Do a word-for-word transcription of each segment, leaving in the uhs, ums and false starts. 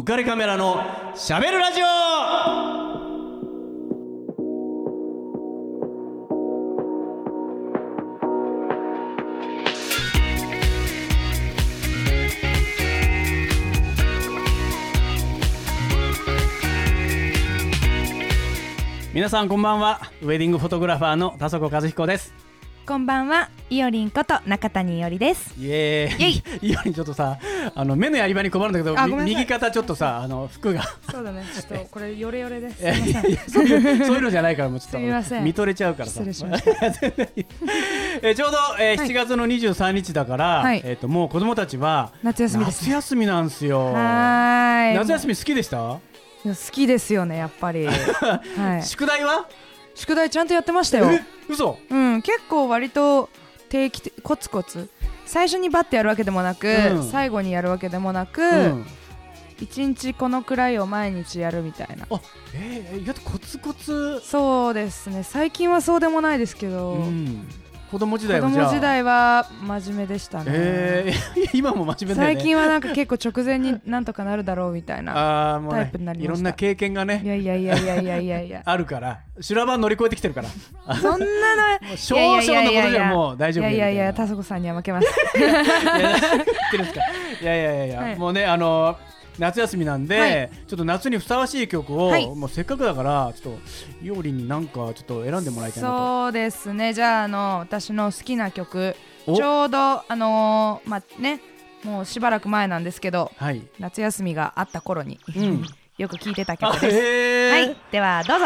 浮かれカメラのしゃべるラジオ。皆さんこんばんは。ウェディングフォトグラファーの田底和彦です。 こんばんは。いおりんこと中谷いおりです。 イエーイ。いおりんちょっとさ、あの目のやり場に困るんだけど、右肩ちょっとさ、あの服がそうだね、ちょっとこれヨレヨレです。 いやいやそういうそういうのじゃないから、もうちょっとすみません、 見とれちゃうからさ。 失礼しましたえちょうど、えーはい、しちがつのにじゅうさんにちだから、はい、えー、ともう子供たちは夏休みです、ね、 夏休みなんですよ。 はい、 夏休み好きでした？ いや好きですよね、やっぱり、はい、 宿題は？ 宿題ちゃんとやってましたよ。 え、嘘？うん、 結構割と定期的、コツコツ最初にバッてやるわけでもなく、うん、最後にやるわけでもなく、うん、いちにちこのくらいを毎日やるみたいな。 あ、えー、意外とコツコツ。 そうですね、最近はそうでもないですけど、うん、 子供時代は子供時代は真面目でしたね。 えー、今も真面目だよね。 最近はなんか結構直前になんとかなるだろうみたいなタイプになりました。 いろんな経験がね、 いやいやいやいやいやいやいやあるから修羅場乗り越えてきてるからそんなの少々のことじゃもう大丈夫。 いやいやいや、田底さんには負けますいやいやいやいやいや、はい、もうね、あの夏休みなんで、はい、ちょっと夏にふさわしい曲を、はい、もうせっかくだからちょっといおりんになんかちょっと選んでもらいたいなと。 そうですね、じゃあ、あの私の好きな曲、ちょうどあのー、まあね、もうしばらく前なんですけど、はい、夏休みがあった頃に、うん、よく聴いてた曲です。はい、ではどうぞ。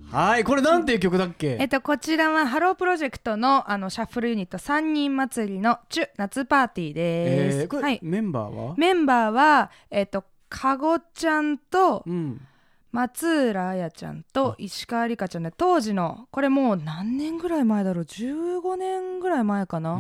はい、これなんていう曲だっけ？ えっとこちらはハロープロジェクトのあのシャッフルユニットさんにん祭りのチュ夏パーティーです。 えー、これ、はい、メンバーは？ メンバーはえっとかごちゃんと、 うん、 松浦彩ちゃんと石川梨香ちゃんで、当時のこれもう何年ぐらい前だろう、じゅうごねんぐらい前かな、うん、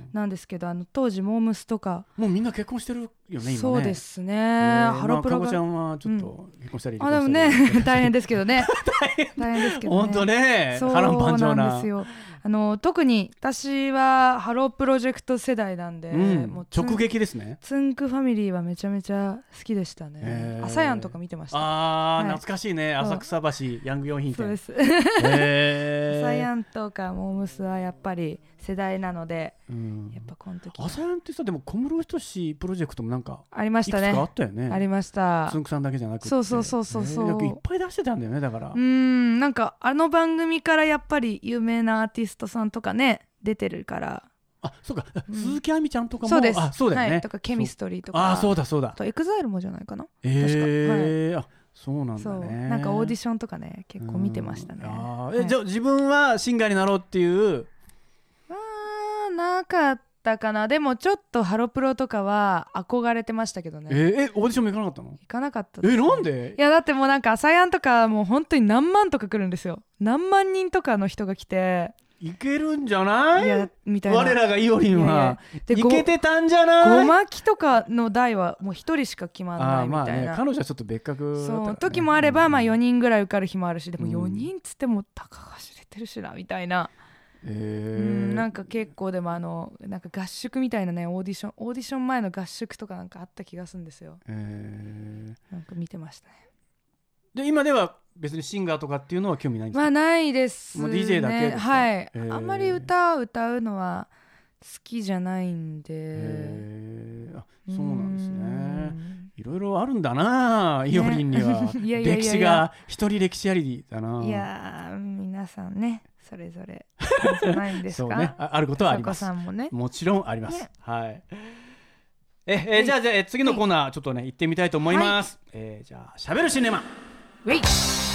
なんですけど、あの当時モームスとかもうみんな結婚してるよね今ね。 そうですね、えー、 ハロプロが、まあ、かごちゃんはちょっと結婚したり、うん、 あでもね大変ですけどね大変ですけどね、 本当ね、波乱万丈な。そうなんですよ。 あの特に私はハロープロジェクト世代なんで、うん、 もう直撃ですね。 つんくファミリーはめちゃめちゃ好きでしたね、えー、朝やんとか見てました。 あー、はい、懐かしいね、浅草橋ヤング用品店。 そうです、 えー、 朝やんとかモームスはやっぱり世代なので、うん、やっぱこの時朝やんってさ、でも小室仁プロジェクトもなんかありましたね。 いくつかあったよね。 ありました。 つんくさんだけじゃなくて、 そうそうそうそうそう、 えー、いっぱい出してたんだよね。だからうーん、なんかあの番組からやっぱり有名なアーティストさんとかね出てるから。 あ、そうか、うん、鈴木亜美ちゃんとかも。 そうです。 あ、そうだよね、 はい、とかケミストリーとか。 あ、そうだそうだ。 あとエグザイルもじゃないかな、 えー、確か、はい、あ、そうなんだね。 そうなんかオーディションとかね結構見てましたね。 あ、え、はい、じゃあ自分はシンガーになろうっていう？ あー、なかったかな。でもちょっとハロプロとかは憧れてましたけどね。 えー、えオーディションも行かなかったの？ 行かなかったです、 ね。え、なんで？ いやだってもうなんか朝やんとかもう本当に何万とか来るんですよ。何万人とかの人が来て、 いけるんじゃない？いやみたいな。 我らがイオリンはいけてたんじゃない？ ごまきとかの台はもう一人しか決まらないみたいな。 あ、まあね、彼女はちょっと別格だったからね。 そう時もあれば、まあよにんぐらい受かる日もあるし、でもよにんっつってもたかが知れてるしなみたいな。 えー、 うんなんか結構でもあのなんか合宿みたいなね、オーディションオーディション前の合宿とかなんかあった気がするんですよ。 えー、 なんか見てましたね。 で今では別にシンガーとかっていうのは興味ないんですか？ まあないですね。 もう ディージェー だけですか？ はい、 えー、 あんまり歌を歌うのは好きじゃないんで。 えー、あ、そうなんですね。いろいろあるんだな、イオリンには。いやいやいやいや、歴史が一人歴史ありだな。 いや皆さんねそれぞれじゃないんですか？ そうね、あ、あることはあります。 さんもね、 もちろんあります、ね、はい。ええじゃあじゃあ次のコーナーちょっとね行ってみたいと思います、はい。えー、じゃあしゃべるシネマ、 ウェイ。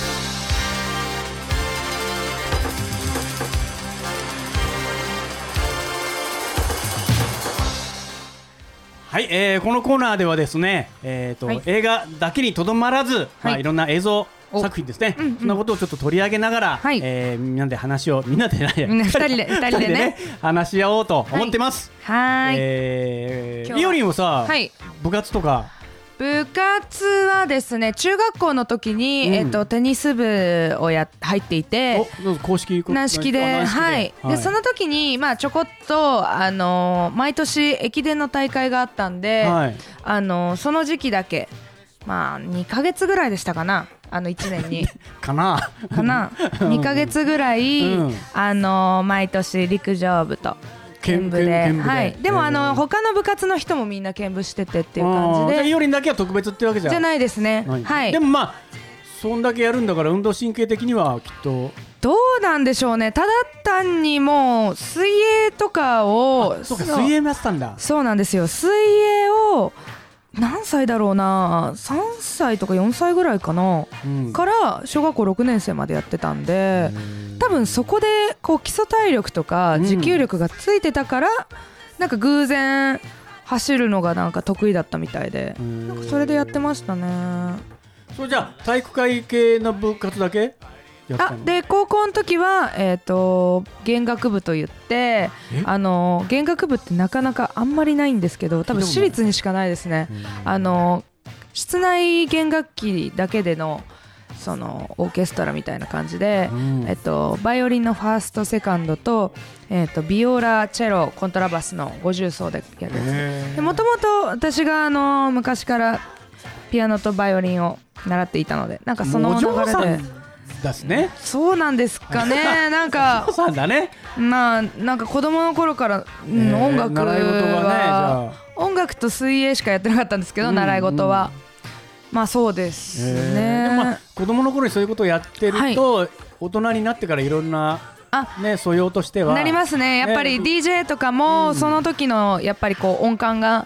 はい、えー、このコーナーではですね、えーとはい、映画だけにとどまらず、はい、まあ、いろんな映像作品ですね、うんうん、そんなことをちょっと取り上げながら、はい、えー、みんなで話をみんなでないやふたりでふたりでね話し合おうと思ってます。 はい、 えー、イオリンはさ、はい、部活とか部活はですね、中学校の時に、うん、えっと、テニス部をや入っていて、 公式軟式で、はい、はい、でその時に、まあ、ちょこっと、あのー、毎年駅伝の大会があったんで、はい、あのー、その時期だけ、まあ、にかげつぐらいでしたかな、あのいちねんにかなかなにかげつぐらい、うん、あのー、毎年陸上部と剣部で、はい、でもあの他の部活の人もみんな剣部しててっていう感じで、 イオリンだけは特別ってわけじゃじゃないですね、はいはい、 でもまあそんだけやるんだから運動神経的にはきっとどうなんでしょうね。ただ単にもう水泳とかを、 そうか、水泳もやってたんだ。 そうなんですよ。水泳を何歳だろうな、さんさいとかよんさいぐらいかな、うん、から小学校ろくねん生までやってたんで、多分そこでこう基礎体力とか持久力がついてたから、うん、なんか偶然走るのがなんか得意だったみたいで、なんかそれでやってましたね。 それじゃあ体育会系の部活だけやったの？ あで高校の時は、えーと、弦楽部といってあの弦楽部ってなかなかあんまりないんですけど、多分私立にしかないですね。あの室内弦楽器だけでのそのオーケストラみたいな感じで、うん、えっと、バイオリンのファーストセカンドと、えっと、ビオラチェロコントラバスのご重奏でやるやつで、もともと私があの昔からピアノとバイオリンを習っていたので、なんかその流れでですね。 そうなんですかね。なんかお父さんだね。 まあなんか子供の頃から、うん、音楽は、習い事はね、音楽と水泳しかやってなかったんですけど、うん、習い事は、うん、まあそうですね。 でもまあ子供の頃にそういうことをやってると、はい、大人になってからいろんなね、素養としてはなりますね。やっぱり ディージェー とかもその時のやっぱりこう音感が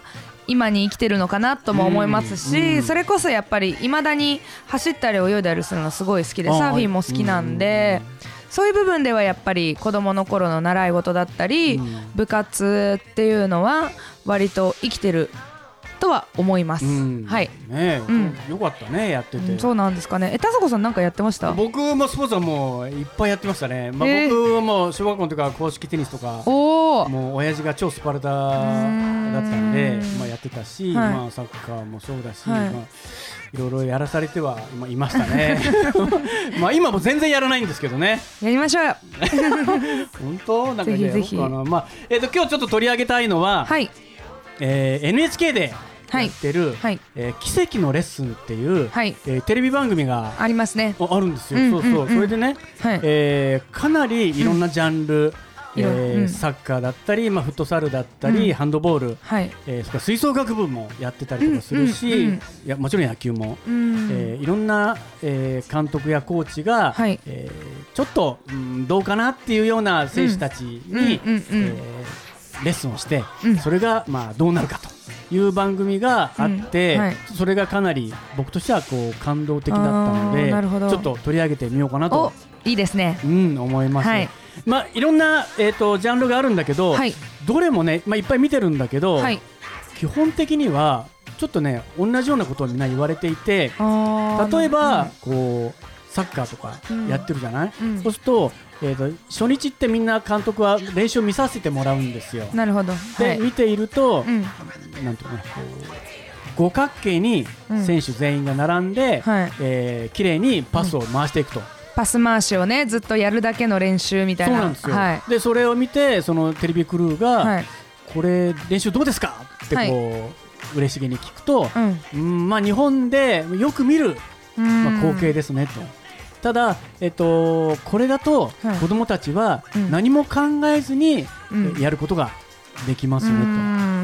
今に生きてるのかなとも思いますし、それこそやっぱりいまだに走ったり泳いだりするのすごい好きで、サーフィンも好きなんで、そういう部分ではやっぱり子どもの頃の習い事だったり部活っていうのは割と生きてるとは思います、うん、はいね、うん、よかったねやってて、 うん、そうなんですかね。え田底さんなんかやってました？ 僕もスポーツはもういっぱいやってましたね、まあ、僕はもう小学校の時から公式テニスとかもう親父が超スパルタだったんでまあ、やってたし、はいまあ、サッカーもそうだし、はいまあ、いろいろやらされては今いましたねまあ今も全然やらないんですけどね。 やりましょうよ本当なんかぜひぜひ、 まあえー、と今日ちょっと取り上げたいのは、はいえー、エヌエイチケー でやってる、はいえー、奇跡のレッスンっていう、はいえー、テレビ番組がありますね。 あるんですよ、うんうんうん、そうそうそれでね、はいえー、かなりいろんなジャンル、うんえーうん、サッカーだったり、まあ、フットサルだったり、うん、ハンドボール、はいえー、それから吹奏楽部もやってたりとかするし、うんうんうん、いやもちろん野球も、うんえー、いろんな、えー、監督やコーチが、はいえー、ちょっと、うん、どうかなっていうような選手たちに、うんうんうんうんえー、レッスンをして、うん、それが、まあ、どうなるかという番組があって、うんはい、それがかなり僕としてはこう感動的だったのでちょっと取り上げてみようかなといいですね、 うん、思います、はいまあ、いろんな、えーと、ジャンルがあるんだけど、はい、どれもね、まあ、いっぱい見てるんだけど、はい、基本的にはちょっとね同じようなことをみんな言われていて、例えば、うん、こうサッカーとかやってるじゃない、うん、そうすると、えーと、初日ってみんな監督は練習を見させてもらうんですよ。 なるほど。 で、 はい、 見ていると、うん、なんていうの、こう五角形に選手全員が並んで、うんはいえー、綺麗にパスを回していくと、うん、 パス回しをねずっとやるだけの練習みたいな。 そうなんですよ、はい、でそれを見てそのテレビクルーが、はい、これ練習どうですかってこう、はい、嬉しげに聞くと、うんうんまあ、日本でよく見る、まあ、光景ですねと。ただ、えっと、これだと子どもたちは何も考えずにやることができますよねと、うん、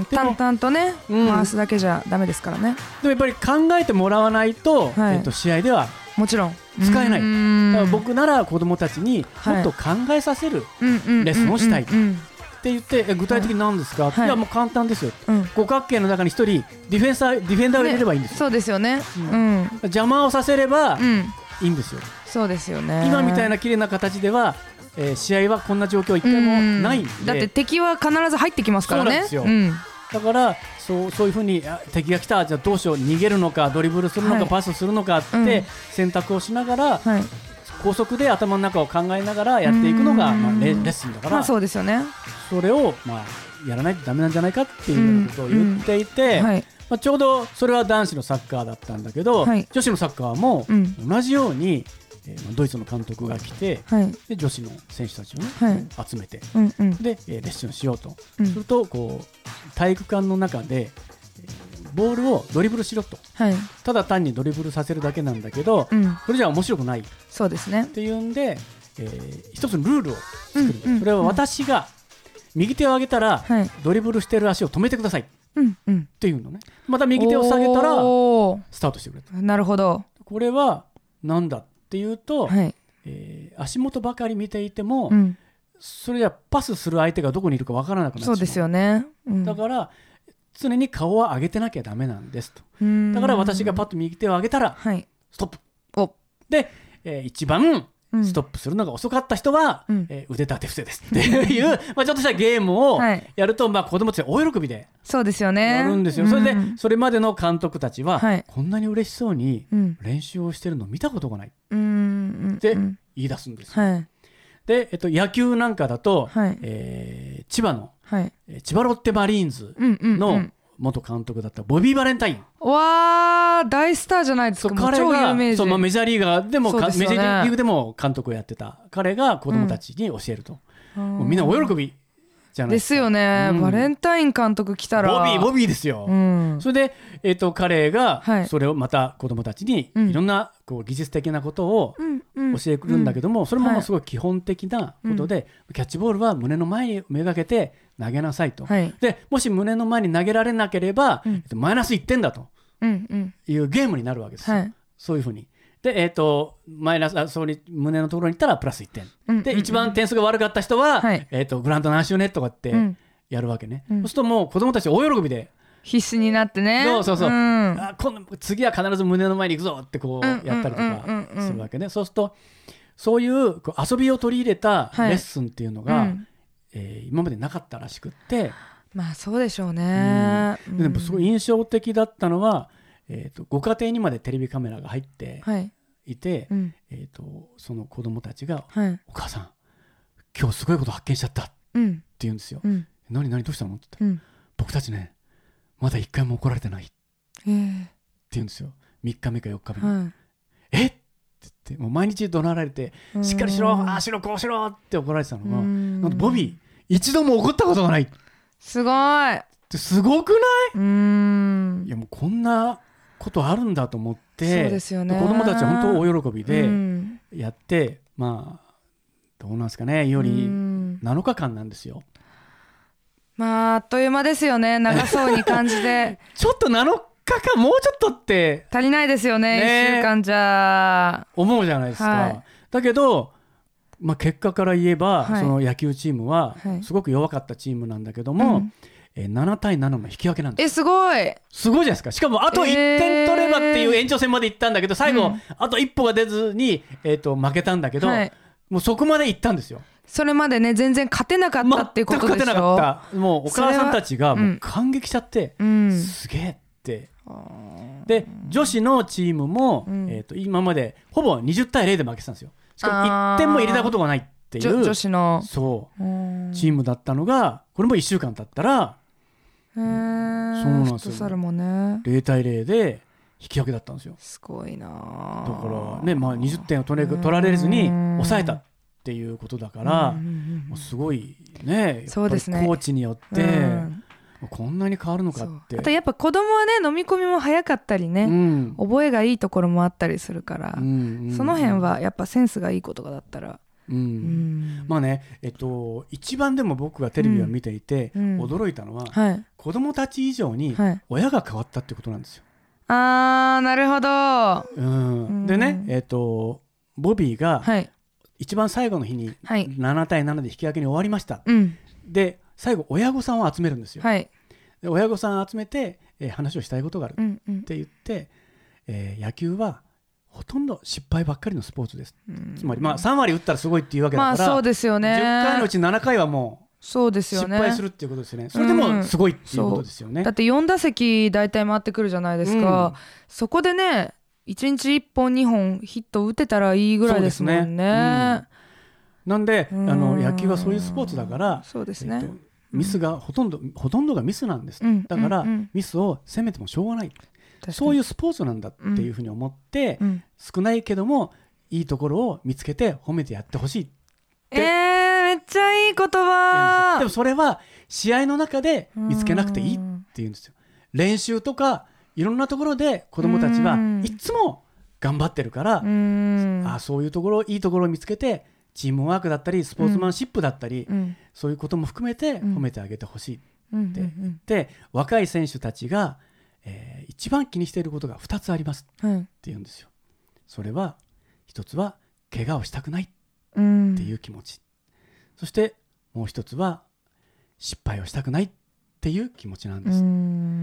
淡々とね、うん、回すだけじゃダメですからね。 でもやっぱり考えてもらわないと、はいえっと、試合ではもちろん使えない。だから僕なら子どもたちにもっと考えさせるレッスンをしたいって言ってえ具体的に何ですか、はい、いやもう簡単ですよ、うん、五角形の中に一人ディフェンサーディフェンダーを入れればいいんですよ、 ね、そうですよね、 うん、邪魔をさせれば、うんいいんですよ。 そうですよね。 今みたいな綺麗な形では、えー、試合はこんな状況一回もないんで、 だって敵は必ず入ってきますからね。 そうなんですよ、うん、だからそうそういう風に敵が来たじゃあどうしよう逃げるのかドリブルするのか、はい、パスするのかって選択をしながら、はい、高速で頭の中を考えながらやっていくのが、まあ、レ, レッスンだから、まあ、 そうですよね。 それを、まあ、やらないとダメなんじゃないかっていうことを言っていて、うんうんはいまあ、ちょうどそれは男子のサッカーだったんだけど、はい、女子のサッカーも同じように、えー、ドイツの監督が来て、はい、で女子の選手たちを、ねはい、集めて、うんうん、で、えー、レッスンしようと、うん、するとこう体育館の中で、えー、ボールをドリブルしろと、はい、ただ単にドリブルさせるだけなんだけど、うん、それじゃ面白くないそうですねっていうんで、えー、一つのルールを作る、うんうん、それは私が右手を上げたら、はい、ドリブルしてる足を止めてください、うんうん、っていうのね。また右手を下げたらスタートしてくれた。 なるほど。 これはなんだっていうと、はいえー、足元ばかり見ていても、うん、それじゃパスする相手がどこにいるかわからなくなっちゃう。 そうですよね、 うん、だから常に顔は上げてなきゃダメなんですと。だから私がパッと右手を上げたら、はい、ストップおで、えー、一番ストップするのが遅かった人は、うんえー、腕立て伏せですっていうまあちょっとしたゲームをやると、はいまあ、子供たち大喜びでそうですよねやるんですよ、うん、それでそれまでの監督たちは、はい、こんなに嬉しそうに練習をしてるのを見たことがない、うん、って言い出すんですよ、はいでえっと、野球なんかだと、はいえー、千葉の、はい、千葉ロッテマリーンズの元監督だったボビー・バレンタイン、 わー大スターじゃないですか。 彼が超有名人そう、まあ、メジャーリーガーでも、ね、メジャーリーグでも監督をやってた彼が子供たちに教えると、うん、もうみんな大喜びじゃないですか。 ですよね、うん、バレンタイン監督来たらボビーボビーですよ、うん、それで、えー、と彼がそれをまた子供たちにいろんなこう技術的なことを教えてくるんだけども、それもすごい基本的なことで、はい、キャッチボールは胸の前にめがけて投げなさいと、はい、でもし胸の前に投げられなければ、うんえっと、マイナスいってんだというゲームになるわけです、はい、そういうふうにで、えー、とマイナスあそうに胸のところに行ったらプラスいってん、うん、で、うん、一番点数が悪かった人は、はいえー、とグラウンド何周ねとかってやるわけね、うん、そうするともう子供たち大喜びで必死になってね。 そうそうそう、うん、あ今度次は必ず胸の前に行くぞってこうやったりとかするわけね。そうするとそういうこう遊びを取り入れたレッスンっていうのが、はいうんえー、今までなかったらしくって。 まあそうでしょうね、 うん、でもすごい印象的だったのは、えー、とご家庭にまでテレビカメラが入っていて、はいうんえー、とその子供たちが、はい、お母さん今日すごいこと発見しちゃったって言うんですよ、うん、何何どうしたのって言ったら、うん、僕たちねまだ一回も怒られてないって言うんですよ。みっかめかよっかめに、はい、えって言ってもう毎日怒鳴られてしっかりしろああしろこうしろって怒られてたのがなんとボビー一度も怒ったことがないすごいってすごくない？うーんいやもうこんなことあるんだと思ってそうですよね。子供たちは本当大喜びでやってまあどうなんですかねよりなのかかんなんですよ。 まああっという間ですよね長そうに感じてちょっとなのかかもうちょっとって足りないですよ ね, ねいっしゅうかんじゃ思うじゃないですか、はい、だけどまあ、結果から言えば、はい、その野球チームはすごく弱かったチームなんだけども、はいえー、ななたいななの引き分けなんです。 えすごいすごいじゃないですか。しかもあといってん取ればっていう延長戦まで行ったんだけど最後、うん、あと一歩が出ずに、えー、と負けたんだけど、はい、もうそこまで行ったんですよ。 それまでね全然勝てなかったっていうことでしょ。 全く勝てなかった。もうお母さんたちがもう感激しちゃって、うん、すげえって、うん、で女子のチームも、うんえー、と今までほぼにじゅうたいゼロで負けてたんですよ。しかもいってんも入れたことがないっていう女子のそうチームだったのがこれもいっしゅうかん経ったらへーそうなんですよ、フットサルもねゼロたいゼロで引き分けだったんですよ。 すごいなだからね、まあ、にじゅってんを取れ、取られずに抑えたっていうことだからもうすごいねやっぱりコーチによってこんなに変わるのかって。 あとやっぱ子供はね飲み込みも早かったりね、うん、覚えがいいところもあったりするから、うんうんうん、その辺はやっぱセンスがいいことだったら、うんうん、 まあねえっと一番でも僕がテレビを見ていて驚いたのは、うんはい、子供たち以上に親が変わったってことなんですよ、 はい、あーなるほど、 うん、でねえっとボビーが一番最後の日にななたいななで引き分けに終わりました、はい、で最後親御さんを集めるんですよ、はい、で親御さんを集めて、えー、話をしたいことがあるって言って、うんうんえー、野球はほとんど失敗ばっかりのスポーツです、うん、つまり、まあ、さんわり打ったらすごいっていうわけだから、まあそうですよね、じゅっかいのうちななかいはもうそうですよね、失敗するっていうことですよね。それでもすごいっていうことですよね、 うん、だってよんだせき大体回ってくるじゃないですか、うん、そこでねいちにちいっぽんにほんヒット打てたらいいぐらいですもん ね, ね、うん、 なんであの野球はそういうスポーツだからそうですね、えっとミスがほとんど、うん、ほとんどがミスなんです、うん、だから、うん、ミスを責めてもしょうがない、そういうスポーツなんだっていうふうに思って、うん、少ないけどもいいところを見つけて褒めてやってほしいって、 えー、めっちゃいい言葉。 でもそれは試合の中で見つけなくていいっていうんですよ。練習とかいろんなところで子どもたちはいつも頑張ってるから、あそういうところいいところを見つけてチームワークだったりスポーツマンシップだったり、うん、そういうことも含めて褒めてあげてほしいって言って、うんうんうん、で若い選手たちが、えー、一番気にしていることがふたつありますって言うんですよ、うん、それは一つは怪我をしたくないっていう気持ち、うん、そしてもう一つは失敗をしたくないっていう気持ちなんです、うん、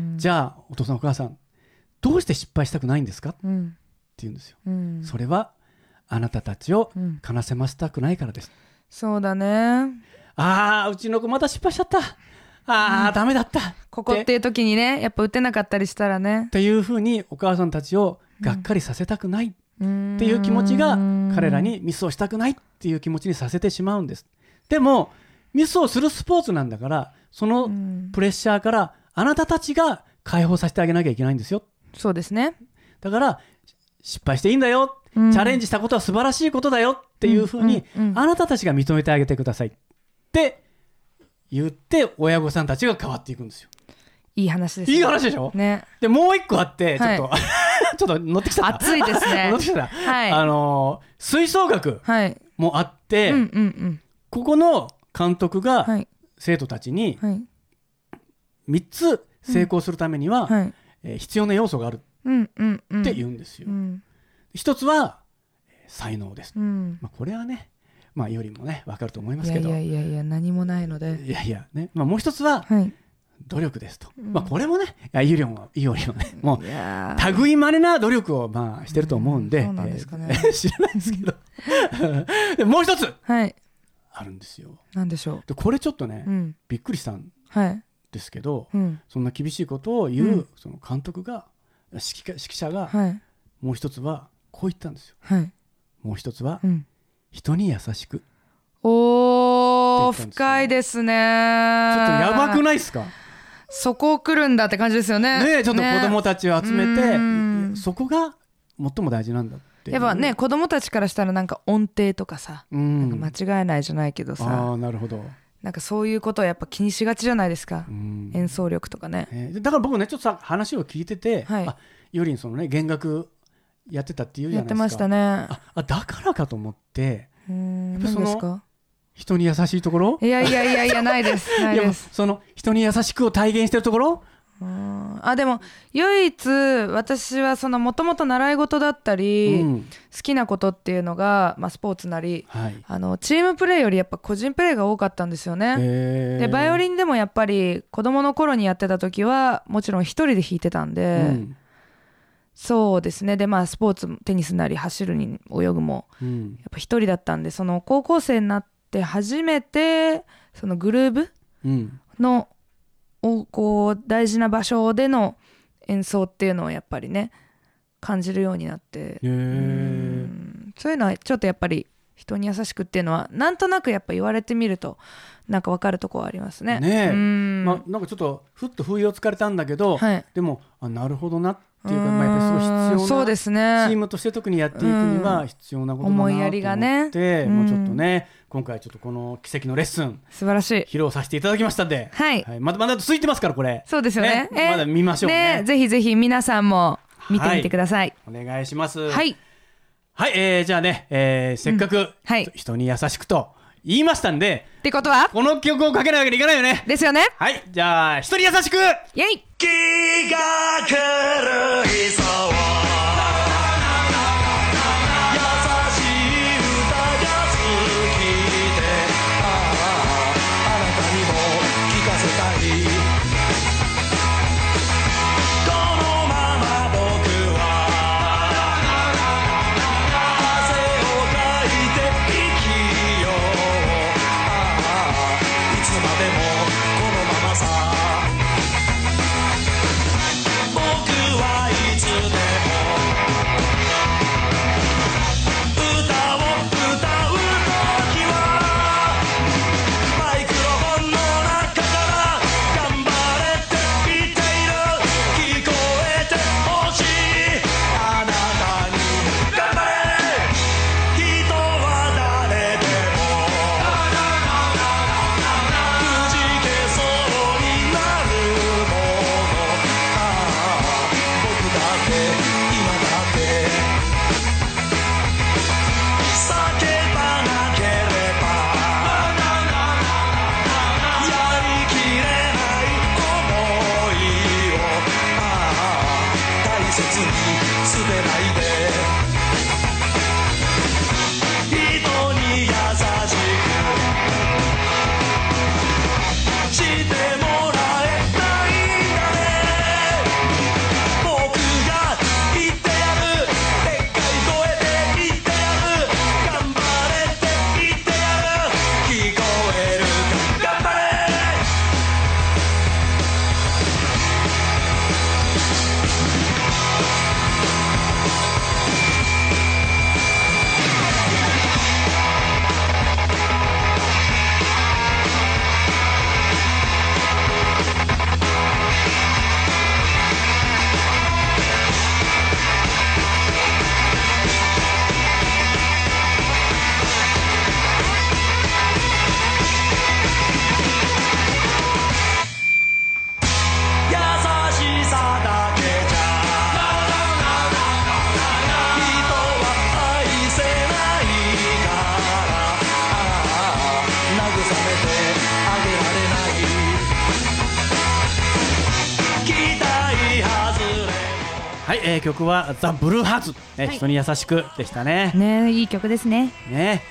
じゃあお父さんお母さんどうして失敗したくないんですか、うん、って言うんですよ、うん、それはあなたたちを悲しませたくないからです、うん、 そうだね。 ああうちの子また失敗しちゃった、ああ、うん、ダメだったここっていう時にねやっぱ打てなかったりしたらねっていうふうにお母さんたちをがっかりさせたくないっていう気持ちが彼らにミスをしたくないっていう気持ちにさせてしまうんです。でもミスをするスポーツなんだからそのプレッシャーからあなたたちが解放させてあげなきゃいけないんですよ。 そうですね。 だから失敗していいんだよ、チャレンジしたことは素晴らしいことだよっていうふうに、うんうんうん、あなたたちが認めてあげてくださいって言って親御さんたちが変わっていくんですよ。 いい話ですね。 いい話でしょ、ね、でもう一個あってちょっと、はい、ちょっと乗ってきちゃった。 熱いですね。 乗ってきちゃった、はい、あの吹奏楽もあって、はいうんうんうん、ここの監督が生徒たちにみっつ成功するためには、はいはいえー、必要な要素があるって言うんですよ、うんうん、一つは才能です、うんまあ、これはね、まあ、よりもね分かると思いますけどいやいやいやいや何もないのでいやいや、ねまあ、もう一つは、はい、 努力ですと、うん、まあこれもねいいよりもいいよりもねもう類いまれな努力をまあしてると思うんで、うん、そうなんですかね、えー、知らないですけどでもう一つ、はい、あるんですよ。 なんでしょう。 でこれちょっとね、うん、びっくりしたんですけど、はい、そんな厳しいことを言う、うん、その監督が指揮、指揮者が、はい、もう一つはこう言ったんですよ、はい、もう一つは、うん、人に優しく。 おー深いですね。 ちょっとやばくないですか。 そこ来るんだって感じですよね。 ねえちょっと子供たちを集めて、ね、そこが最も大事なんだっていう。 やっぱね子供たちからしたらなんか音程とかさ、うん、なんか間違えないじゃないけどさ、 あなるほど、 なんかそういうことをやっぱ気にしがちじゃないですか、うん、演奏力とかね、 えー、だから僕ねちょっとさ話を聞いてて、はい、あよりんそのね弦楽やってたっていうじゃないですか。 やってましたね。 ああだからかと思って、 うーんやっぱその何ですか。 人に優しいところ。 いやいやいやいやないですないです。 その人に優しくを体現してるところ。 ああでも唯一私はそのもともと習い事だったり、うん、好きなことっていうのが、まあ、スポーツなり、はい、あのチームプレーよりやっぱ個人プレーが多かったんですよね。でバイオリンでもやっぱり子供の頃にやってた時はもちろん一人で弾いてたんで、うん、そうですね。でまあスポーツテニスなり走るに泳ぐも、うん、やっぱ一人だったんで、その高校生になって初めてそのグルーブの、うん、をこう大事な場所での演奏っていうのをやっぱりね感じるようになって、うん、そういうのはちょっとやっぱり人に優しくっていうのはなんとなくやっぱ言われてみるとなんか分かるところありますね。 ねえ、うん、まあ、なんかちょっとふっと不意をつかれたんだけど、はい、でもあなるほどなっていうか、まあ、やっぱりすごい必要な、 そうですね、 チームとして特にやっていくには必要なことだなと思って、思いやりがね、もうちょっとね今回ちょっとこの奇跡のレッスン素晴らしい披露させていただきましたんで、 はいはい、 まだまだ続いてますからこれ。 そうですよ ね, ね、まだ見ましょう ね, ねぜひぜひ皆さんも見てみてください、 はい、お願いします。 はいはい、えー、じゃあね、えー、せっかく、うんはい、人に優しくと言いましたんで、 ってことはこの曲をかけないわけにいかないよね。 ですよね。 はい、じゃあ人に優しくイエイ。 気が狂いそう優しい歌が好きで、あああなたにも聞かせたい。このまま僕は汗をかいて生きよう。ああいつまでもこのままさ。僕はいつでも歌を歌うときはマイクロフォンの中から頑張れって言っている。聞こえてほしいあなたに頑張れ。人は誰でもくじけそうになるもの。ああ僕だって今だって叫ばなければやりきれない想いを、ああ大切に捨てないで。人に優しくしてもらえないんだね。僕が言ってやる。でっかい声で言ってやる。頑張れって言ってやる。聞こえるか頑張れ。優しさだけじゃ人は愛せないから、ああ慰めてあげられない。期待外れ。 はい、えー、曲はザ・ブルーハーツ、ねはい、人に優しくでしたね。 ねいい曲ですね。 ね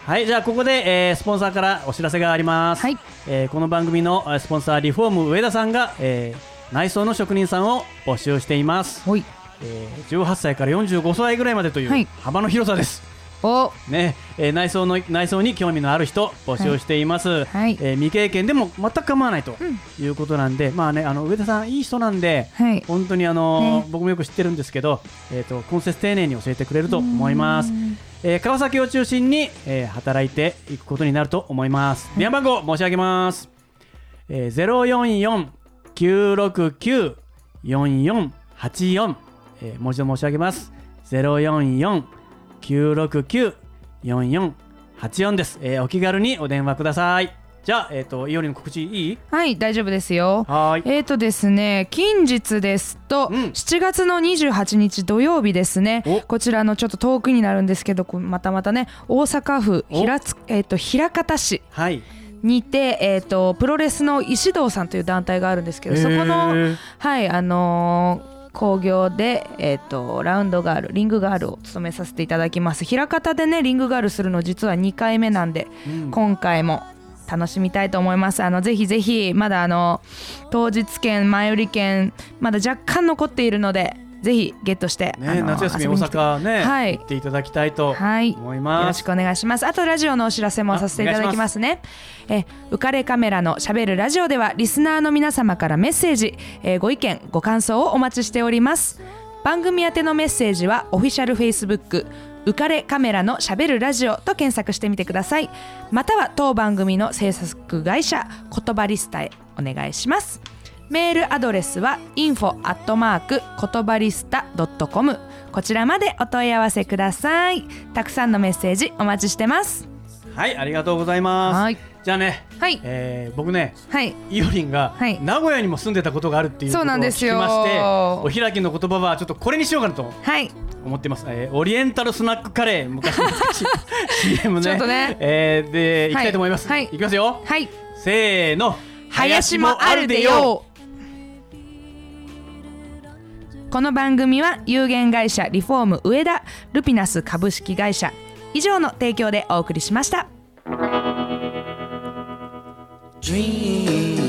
はい、じゃあここで、えー、スポンサーからお知らせがあります、はい。えー、この番組のスポンサーリフォーム上田さんが、えー、内装の職人さんを募集しています。はい。えー、じゅうはっさいからよんじゅうごさいぐらいまでという幅の広さです、はい。おねえー、内装の内装に興味のある人募集しています、はい。えー、未経験でも全く構わないということなんで、うん、まあね、あの上田さんいい人なんで、はい、本当にあのーね、僕もよく知ってるんですけど、えーと、今節丁寧に教えてくれると思います。えー、川崎を中心に、えー、働いていくことになると思います。電話番号申し上げます、えー、ゼロよんよん きゅうろくきゅう よんよんはちよん、えー、もう一度申し上げます。 ゼロよんよん きゅうろくきゅう よんよんはちよんです、えー、お気軽にお電話ください。じゃあ、えーと、いおりの告知いい？ はい、大丈夫ですよ。はい。えーとですね、近日ですと、うん、しちがつのにじゅうはちにち土曜日ですね、こちらのちょっと遠くになるんですけど、またまたね、大阪府平つ、えーと、枚方市にて、えーと、プロレスの石堂さんという団体があるんですけど、そこの、はいあのー興行で、えー、とラウンドガールリングガールを務めさせていただきます。枚方でねリングガールするの実はにかいめなんで、うん、今回も楽しみたいと思います。あのぜひぜひまだあの当日券前売り券まだ若干残っているのでぜひゲットして、 ね、夏休み大阪ね、はい、行っていただきたいと思います、はい、 よろしくお願いします。あとラジオのお知らせもさせていただきますね。え浮かれカメラのしゃべるラジオではリスナーの皆様からメッセージ、えー、ご意見ご感想をお待ちしております。番組宛てのメッセージはオフィシャルフェイスブック浮かれカメラのしゃべるラジオと検索してみてください。または当番組の制作会社言葉リスタへお願いします。メールアドレスは インフォ アットマーク 言葉リスタ ドットコム こちらまでお問い合わせください。たくさんのメッセージお待ちしてます。 はい、ありがとうございます。はい、じゃあね、はいえー、僕ね、はい、いおりんが名古屋にも住んでたことがあるっていうことを聞きまして、お開きの言葉はちょっとこれにしようかなと思ってます、はいえー、オリエンタルスナックカレー昔の シーエム ねちょっとね、えー、でいきたいと思います、はい、いきますよ、はい、せーの林もあるでよ。 この番組は有限会社リフォーム上田ルピナス株式会社以上の提供でお送りしました。Dream